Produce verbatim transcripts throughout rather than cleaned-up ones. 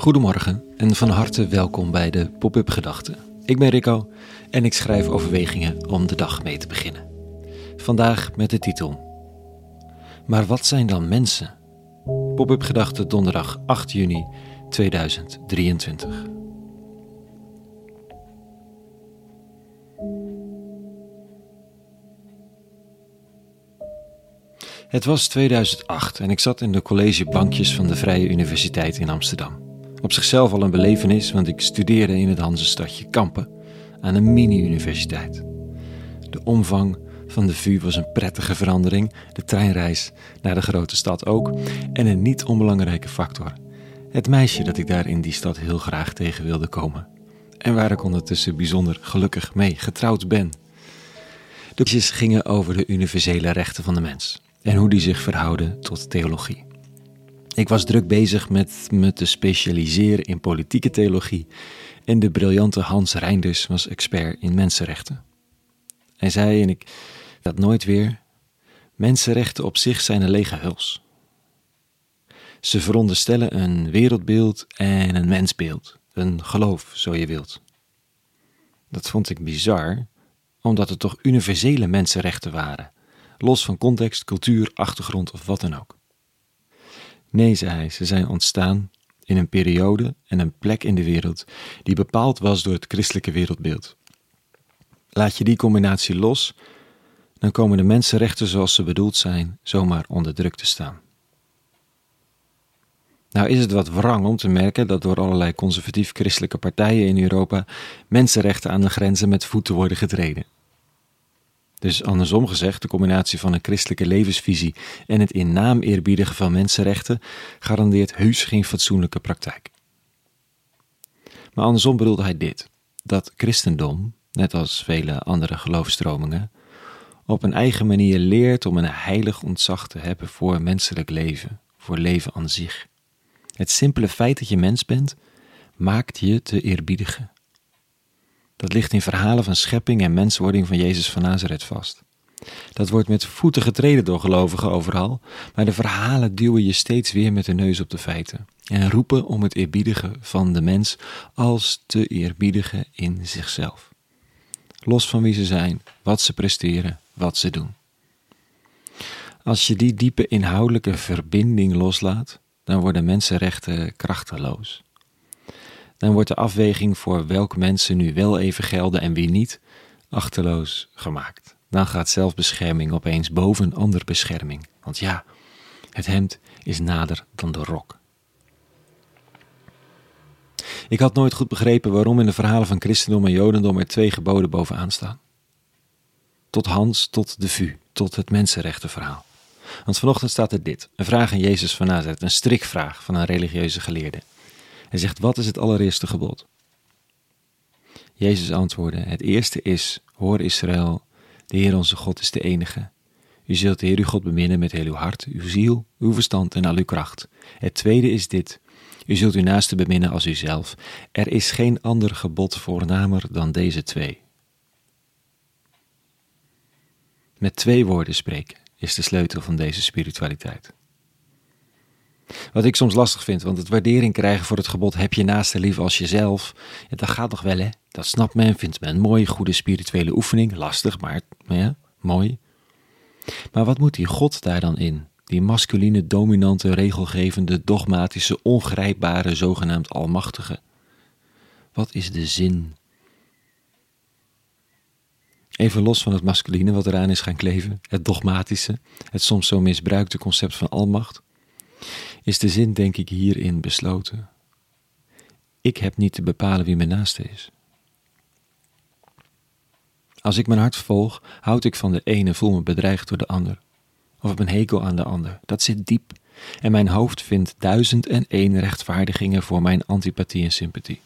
Goedemorgen en van harte welkom bij de Pop-up Gedachten. Ik ben Rico en ik schrijf overwegingen om de dag mee te beginnen. Vandaag met de titel: Maar wat zijn dan mensen? Pop-up Gedachten donderdag acht juni tweeduizend drieëntwintig. Het was tweeduizend acht en ik zat in de collegebankjes van de Vrije Universiteit in Amsterdam. Op zichzelf al een belevenis, want ik studeerde in het Hansestadje Kampen aan een mini-universiteit. De omvang van de V U was een prettige verandering, de treinreis naar de grote stad ook, en een niet onbelangrijke factor: het meisje dat ik daar in die stad heel graag tegen wilde komen. En waar ik ondertussen bijzonder gelukkig mee getrouwd ben. De liedjes gingen over de universele rechten van de mens en hoe die zich verhouden tot theologie. Ik was druk bezig met me te specialiseren in politieke theologie en de briljante Hans Reinders was expert in mensenrechten. Hij zei, en ik dat nooit weer: mensenrechten op zich zijn een lege huls. Ze veronderstellen een wereldbeeld en een mensbeeld, een geloof, zo je wilt. Dat vond ik bizar, omdat het toch universele mensenrechten waren, los van context, cultuur, achtergrond of wat dan ook. Nee, zei hij, ze zijn ontstaan in een periode en een plek in de wereld die bepaald was door het christelijke wereldbeeld. Laat je die combinatie los, dan komen de mensenrechten zoals ze bedoeld zijn zomaar onder druk te staan. Nou is het wat wrang om te merken dat door allerlei conservatief-christelijke partijen in Europa mensenrechten aan de grenzen met voeten worden getreden. Dus andersom gezegd, de combinatie van een christelijke levensvisie en het in naam eerbiedigen van mensenrechten garandeert heus geen fatsoenlijke praktijk. Maar andersom bedoelde hij dit: dat christendom, net als vele andere geloofstromingen, op een eigen manier leert om een heilig ontzag te hebben voor menselijk leven, voor leven aan zich. Het simpele feit dat je mens bent, maakt je te eerbiedigen. Dat ligt in verhalen van schepping en menswording van Jezus van Nazareth vast. Dat wordt met voeten getreden door gelovigen overal, maar de verhalen duwen je steeds weer met de neus op de feiten en roepen om het eerbiedigen van de mens als te eerbiedigen in zichzelf. Los van wie ze zijn, wat ze presteren, wat ze doen. Als je die diepe inhoudelijke verbinding loslaat, dan worden mensenrechten krachteloos. Dan wordt de afweging voor welke mensen nu wel even gelden en wie niet achterloos gemaakt. Dan gaat zelfbescherming opeens boven andere bescherming. Want ja, het hemd is nader dan de rok. Ik had nooit goed begrepen waarom in de verhalen van christendom en jodendom er twee geboden bovenaan staan. Tot Hans, tot de V U, tot het mensenrechtenverhaal. Want vanochtend staat er dit: een vraag aan Jezus van Nazareth, een strikvraag van een religieuze geleerde. Hij zegt: wat is het allereerste gebod? Jezus antwoordde: het eerste is: hoor Israël, de Heer onze God is de enige. U zult de Heer uw God beminnen met heel uw hart, uw ziel, uw verstand en al uw kracht. Het tweede is dit: u zult uw naaste beminnen als uzelf. Er is geen ander gebod voornamer dan deze twee. Met twee woorden spreken is de sleutel van deze spiritualiteit. Wat ik soms lastig vind, want het waardering krijgen voor het gebod heb je naaste lief als jezelf, ja, dat gaat nog wel, hè? Dat snapt men, vindt men een mooie, goede spirituele oefening. Lastig, maar ja, mooi. Maar wat moet die God daar dan in? Die masculine, dominante, regelgevende, dogmatische, ongrijpbare, zogenaamd almachtige. Wat is de zin? Even los van het masculine wat eraan is gaan kleven, het dogmatische, het soms zo misbruikte concept van almacht, is de zin denk ik hierin besloten. Ik heb niet te bepalen wie mijn naaste is. Als ik mijn hart volg, houd ik van de ene en voel me bedreigd door de ander. Of heb een hekel aan de ander. Dat zit diep. En mijn hoofd vindt duizend en één rechtvaardigingen voor mijn antipathie en sympathie.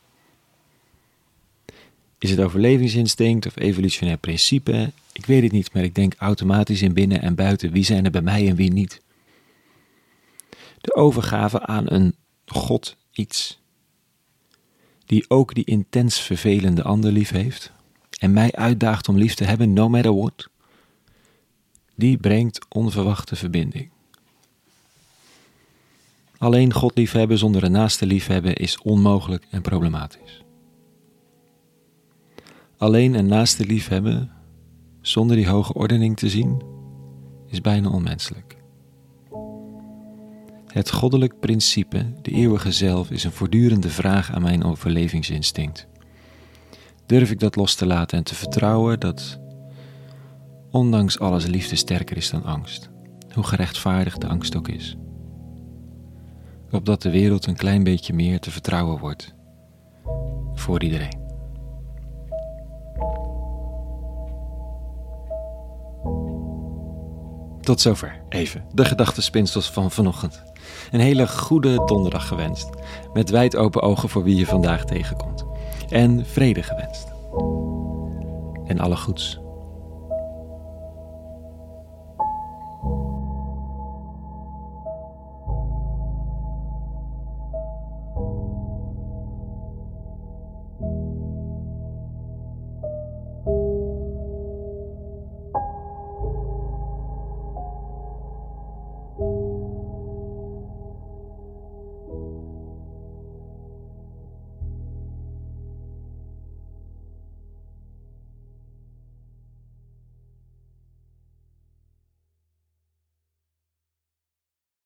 Is het overlevingsinstinct of evolutionair principe? Ik weet het niet, maar ik denk automatisch in binnen en buiten. Wie zijn er bij mij en wie niet? De overgave aan een God iets, die ook die intens vervelende ander lief heeft en mij uitdaagt om lief te hebben, no matter what, die brengt onverwachte verbinding. Alleen God liefhebben zonder een naaste liefhebben is onmogelijk en problematisch. Alleen een naaste liefhebben zonder die hoge ordening te zien is bijna onmenselijk. Het goddelijk principe, de eeuwige zelf, is een voortdurende vraag aan mijn overlevingsinstinct. Durf ik dat los te laten en te vertrouwen dat ondanks alles liefde sterker is dan angst, hoe gerechtvaardigd de angst ook is. Opdat de wereld een klein beetje meer te vertrouwen wordt voor iedereen. Tot zover even de gedachtenspinsels van vanochtend. Een hele goede donderdag gewenst, met wijd open ogen voor wie je vandaag tegenkomt. En vrede gewenst. En alle goeds.